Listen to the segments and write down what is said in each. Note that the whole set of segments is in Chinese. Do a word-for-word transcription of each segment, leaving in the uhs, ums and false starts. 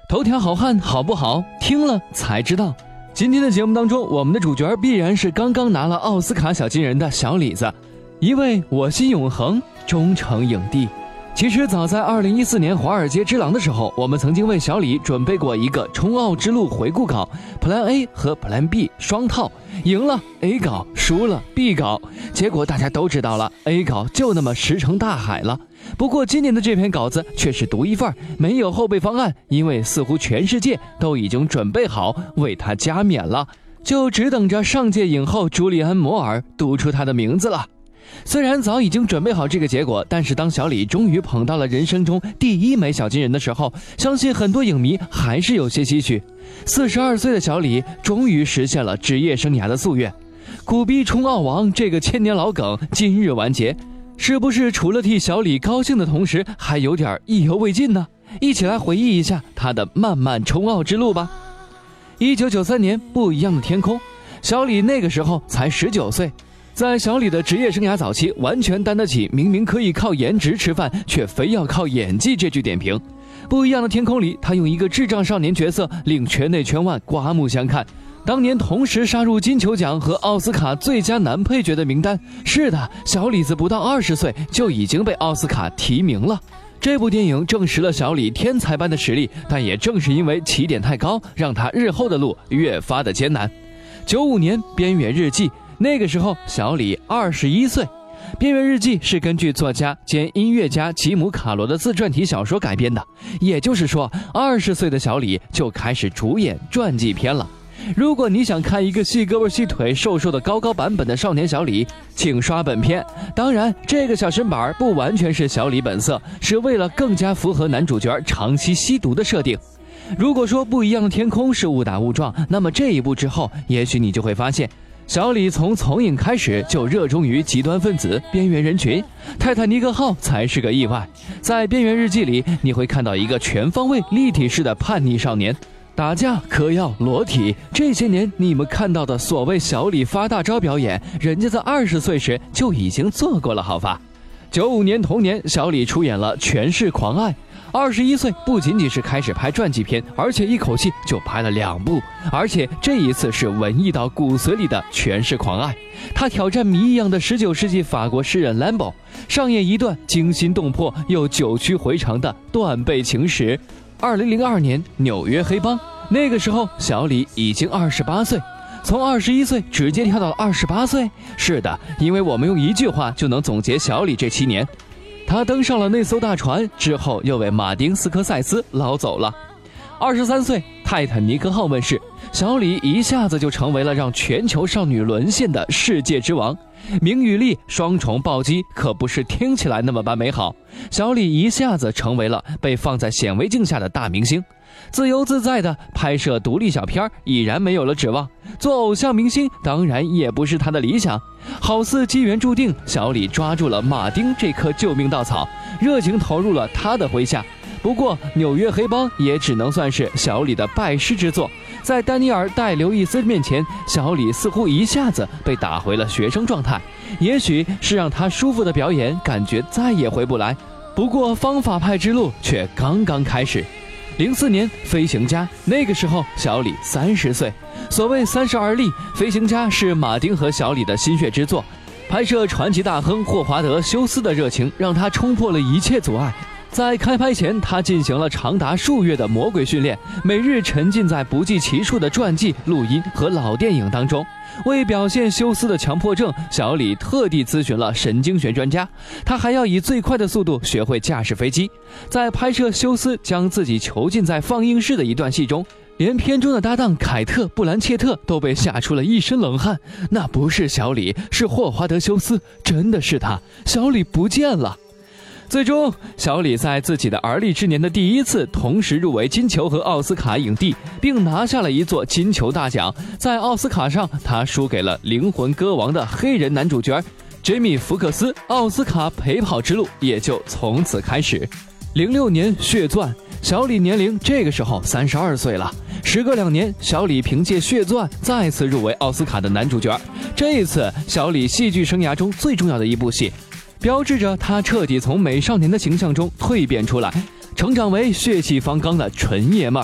头条好汉好不好？听了才知道。今天的节目当中，我们的主角必然是刚刚拿了奥斯卡小金人的小李子，一位我心永恒终成影帝。其实早在二零一四年华尔街之狼的时候，我们曾经为小李准备过一个冲奥之路回顾稿 Plan A 和 Plan B 双套，赢了 A 稿，输了 B 稿，结果大家都知道了， A 稿就那么石沉大海了。不过今年的这篇稿子却是独一份，没有后备方案，因为似乎全世界都已经准备好为他加冕了，就只等着上届影后朱利安·摩尔读出他的名字了。虽然早已经准备好这个结果，但是当小李终于捧到了人生中第一枚小金人的时候，相信很多影迷还是有些唏嘘。四十二岁的小李终于实现了职业生涯的夙愿，苦逼冲奥王这个千年老梗今日完结，是不是除了替小李高兴的同时还有点意犹未尽呢？一起来回忆一下他的漫漫冲奥之路吧。一九九三年，不一样的天空，小李那个时候才十九岁。在小李的职业生涯早期，完全担得起明明可以靠颜值吃饭，却非要靠演技这句点评。不一样的天空里，他用一个智障少年角色令圈内圈外刮目相看。当年同时杀入金球奖和奥斯卡最佳男配角的名单，是的，小李子不到二十岁就已经被奥斯卡提名了。这部电影证实了小李天才般的实力，但也正是因为起点太高，让他日后的路越发的艰难。九五年，边缘日记。那个时候小李二十一岁，边缘日记是根据作家兼音乐家吉姆·卡罗的自传体小说改编的，也就是说二十岁的小李就开始主演传记片了。如果你想看一个细胳膊细腿瘦瘦的高高版本的少年小李，请刷本片。当然这个小身板不完全是小李本色，是为了更加符合男主角长期吸毒的设定。如果说不一样的天空是误打误撞，那么这一部之后，也许你就会发现小李从从影开始就热衷于极端分子、边缘人群，泰坦尼克号才是个意外。在边缘日记里，你会看到一个全方位立体式的叛逆少年，打架、嗑药、裸体，这些年你们看到的所谓小李发大招表演，人家在二十岁时就已经做过了，好吧？九五年同年，小李出演了《权势狂爱》。二十一岁不仅仅是开始拍传记片，而且一口气就拍了两部，而且这一次是文艺到骨髓里的权势狂爱。他挑战谜一样的十九世纪法国诗人兰博，上演一段惊心动魄又久曲回肠的断背情史。二零零二年，纽约黑帮，那个时候小李已经二十八岁。从二十一岁直接跳到了二十八岁，是的，因为我们用一句话就能总结小李这七年。他登上了那艘大船之后，又为马丁斯科塞斯捞走了。二十三岁，泰坦尼克号问世，小李一下子就成为了让全球少女沦陷的世界之王。名与利双重暴击，可不是听起来那么般美好。小李一下子成为了被放在显微镜下的大明星，自由自在的拍摄独立小片已然没有了指望，做偶像明星当然也不是他的理想。好似机缘注定，小李抓住了马丁这棵救命稻草，热情投入了他的麾下。不过纽约黑帮也只能算是小李的拜师之作，在丹尼尔·戴刘易斯面前，小李似乎一下子被打回了学生状态，也许是让他舒服的表演感觉再也回不来。不过方法派之路却刚刚开始。零四年，飞行家，那个时候小李三十岁。所谓三十而立，飞行家是马丁和小李的心血之作。拍摄传奇大亨霍华德·休斯的热情让他冲破了一切阻碍。在开拍前，他进行了长达数月的魔鬼训练，每日沉浸在不计其数的传记、录音和老电影当中。为表现休斯的强迫症，小李特地咨询了神经学专家，他还要以最快的速度学会驾驶飞机。在拍摄休斯将自己囚禁在放映室的一段戏中，连片中的搭档凯特·布兰切特都被吓出了一身冷汗。那不是小李，是霍华德·休斯，真的是他，小李不见了。最终，小李在自己的而立之年的第一次同时入围金球和奥斯卡影帝，并拿下了一座金球大奖。在奥斯卡上，他输给了《灵魂歌王》的黑人男主角杰米·福克斯，奥斯卡陪跑之路也就从此开始。零六年，血钻，小李年龄这个时候三十二岁了。时隔两年，小李凭借《血钻》再次入围奥斯卡的男主角。这一次，小李戏剧生涯中最重要的一部戏，标志着他彻底从美少年的形象中蜕变出来，成长为血气方刚的纯爷们儿。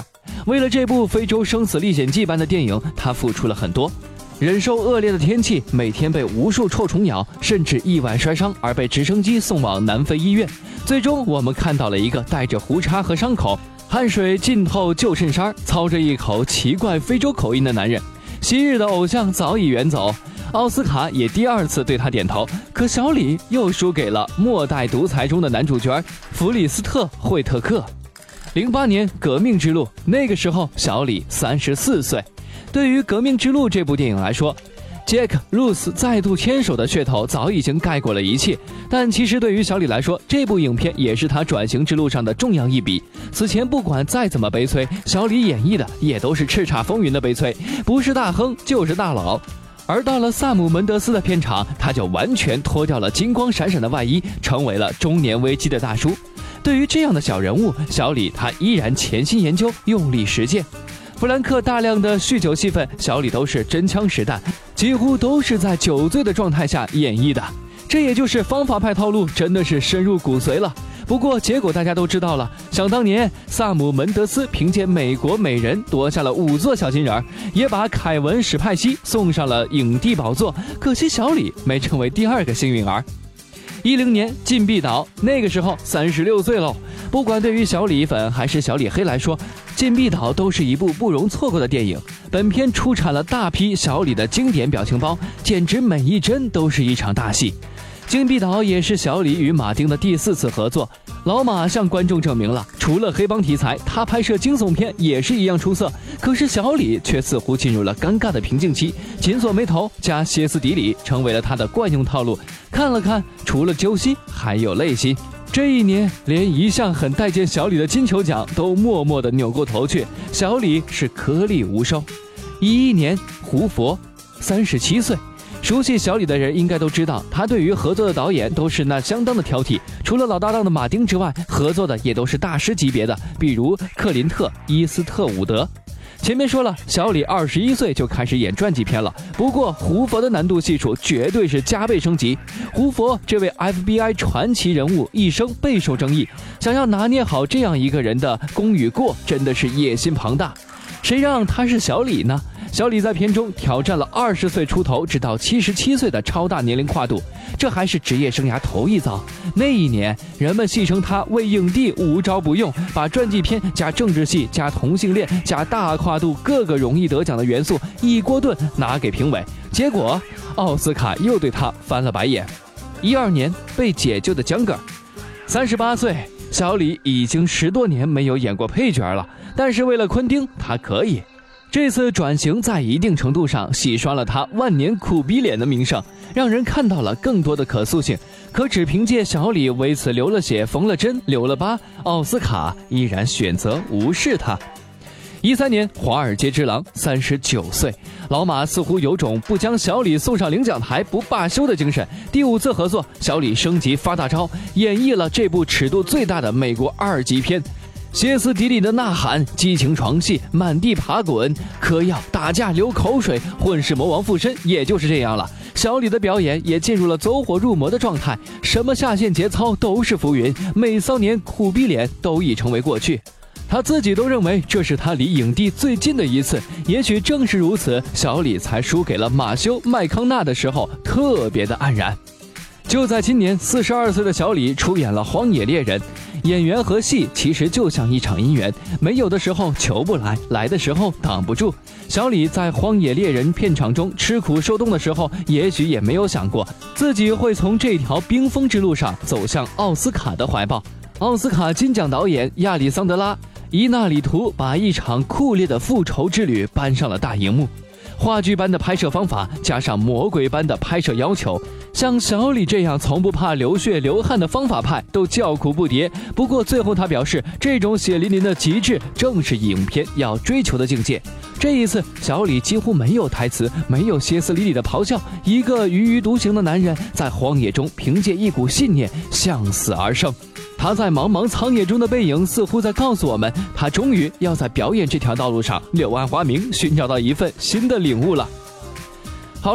为了这部《非洲生死历险记》般的电影，他付出了很多。忍受恶劣的天气，每天被无数臭虫咬，甚至意外摔伤而被直升机送往南非医院。最终我们看到了一个带着胡茬和伤口，汗水浸透旧衬衫，操着一口奇怪非洲口音的男人。昔日的偶像早已远走，奥斯卡也第二次对他点头，可小李又输给了末代独裁中的男主角弗里斯特·惠特克。零八年革命之路，那个时候小李三十四岁。对于《革命之路》这部电影来说，杰克·露丝再度牵手的噱头早已经盖过了一切，但其实对于小李来说，这部影片也是他转型之路上的重要一笔。此前不管再怎么悲催，小李演绎的也都是叱咤风云的悲催，不是大亨就是大佬。而到了萨姆·门德斯的片场，他就完全脱掉了金光闪闪的外衣，成为了中年危机的大叔。对于这样的小人物，小李他依然潜心研究，用力实践。弗兰克大量的酗酒戏份，小李都是真枪实弹，几乎都是在酒醉的状态下演绎的。这也就是方法派套路，真的是深入骨髓了。不过结果大家都知道了，想当年萨姆·门德斯凭借《美国美人》夺下了五座小金人，也把凯文·史派西送上了影帝宝座，可惜小李没成为第二个幸运儿。一零年禁闭岛，那个时候三十六岁喽。不管对于小李粉还是小李黑来说，禁闭岛都是一部不容错过的电影。本片出产了大批小李的经典表情包，简直每一帧都是一场大戏。禁闭岛也是小李与马丁的第四次合作，老马向观众证明了，除了黑帮题材，他拍摄惊悚片也是一样出色。可是小李却似乎进入了尴尬的瓶颈期，紧锁眉头加歇斯底里成为了他的惯用套路。看了看，除了揪心，还有泪心。这一年，连一向很待见小李的金球奖都默默地扭过头去，小李是颗粒无收。一一年，胡佛，三十七岁。熟悉小李的人应该都知道，他对于合作的导演都是那相当的挑剔，除了老搭档的马丁之外，合作的也都是大师级别的，比如克林特·伊斯特伍德。前面说了，小李二十一岁就开始演传记片了，不过胡佛的难度系数绝对是加倍升级。胡佛这位 F B I 传奇人物一生备受争议，想要拿捏好这样一个人的功与过，真的是野心庞大。谁让他是小李呢？小李在片中挑战了二十岁出头直到七十七岁的超大年龄跨度，这还是职业生涯头一遭。那一年，人们戏称他为影帝无招不用，把传记片加政治戏加同性恋加大跨度各个容易得奖的元素一锅炖拿给评委，结果奥斯卡又对他翻了白眼。一二年被解救的江格，三十八岁，小李已经十多年没有演过配角了，但是为了昆汀，他可以。这次转型在一定程度上洗刷了他万年苦逼脸的名声，让人看到了更多的可塑性。可只凭借小李为此流了血、缝了针、留了疤，奥斯卡依然选择无视他。一三年，华尔街之狼，三十九岁，老马似乎有种不将小李送上领奖台不罢休的精神。第五次合作，小李升级发大招，演绎了这部尺度最大的美国二级片。歇斯底里的呐喊，激情床戏，满地爬滚，嗑药打架流口水，混世魔王附身，也就是这样了。小李的表演也进入了走火入魔的状态，什么下线节操都是浮云，美骚年苦逼脸都已成为过去。他自己都认为这是他离影帝最近的一次，也许正是如此，小李才输给了马修·麦康纳的时候特别的黯然。就在今年，四十二岁的小李出演了《荒野猎人》。演员和戏其实就像一场姻缘，没有的时候求不来，来的时候挡不住。小李在《荒野猎人》片场中吃苦受冻的时候，也许也没有想过自己会从这条冰封之路上走向奥斯卡的怀抱。奥斯卡金奖导演亚历桑德拉·伊纳里图把一场酷烈的复仇之旅搬上了大荧幕。话剧般的拍摄方法加上魔鬼般的拍摄要求，像小李这样从不怕流血流汗的方法派都叫苦不迭。不过最后他表示，这种血淋淋的极致正是影片要追求的境界。这一次小李几乎没有台词，没有歇斯底里的咆哮，一个踽踽独行的男人在荒野中凭借一股信念向死而生。他在茫茫苍野中的背影似乎在告诉我们，他终于要在表演这条道路上柳暗花明，寻找到一份新的领悟了。好了，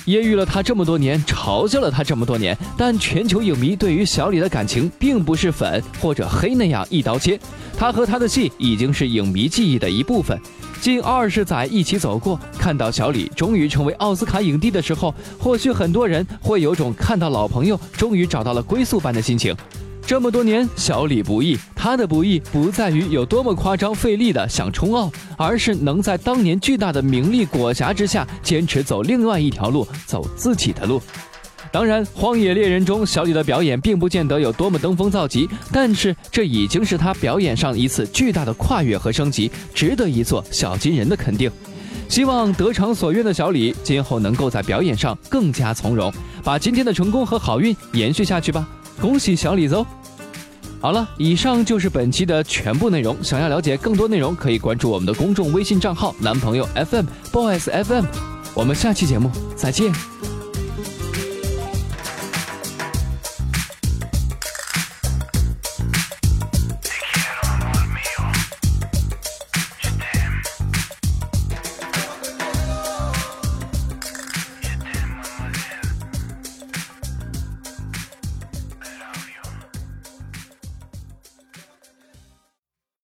揶揄了他这么多年，嘲笑了他这么多年，但全球影迷对于小李的感情并不是粉或者黑那样一刀切，他和他的戏已经是影迷记忆的一部分。近二十载一起走过，看到小李终于成为奥斯卡影帝的时候，或许很多人会有种看到老朋友终于找到了归宿般的心情。这么多年，小李不易，他的不易不在于有多么夸张费力的想冲奥，而是能在当年巨大的名利裹挟之下，坚持走另外一条路，走自己的路。当然，《荒野猎人》中小李的表演并不见得有多么登峰造极，但是这已经是他表演上一次巨大的跨越和升级，值得一座小金人的肯定。希望得偿所愿的小李今后能够在表演上更加从容，把今天的成功和好运延续下去吧。恭喜小李子哦！好了，以上就是本期的全部内容。想要了解更多内容，可以关注我们的公众微信账号男朋友 F M Boys F M。我们下期节目再见。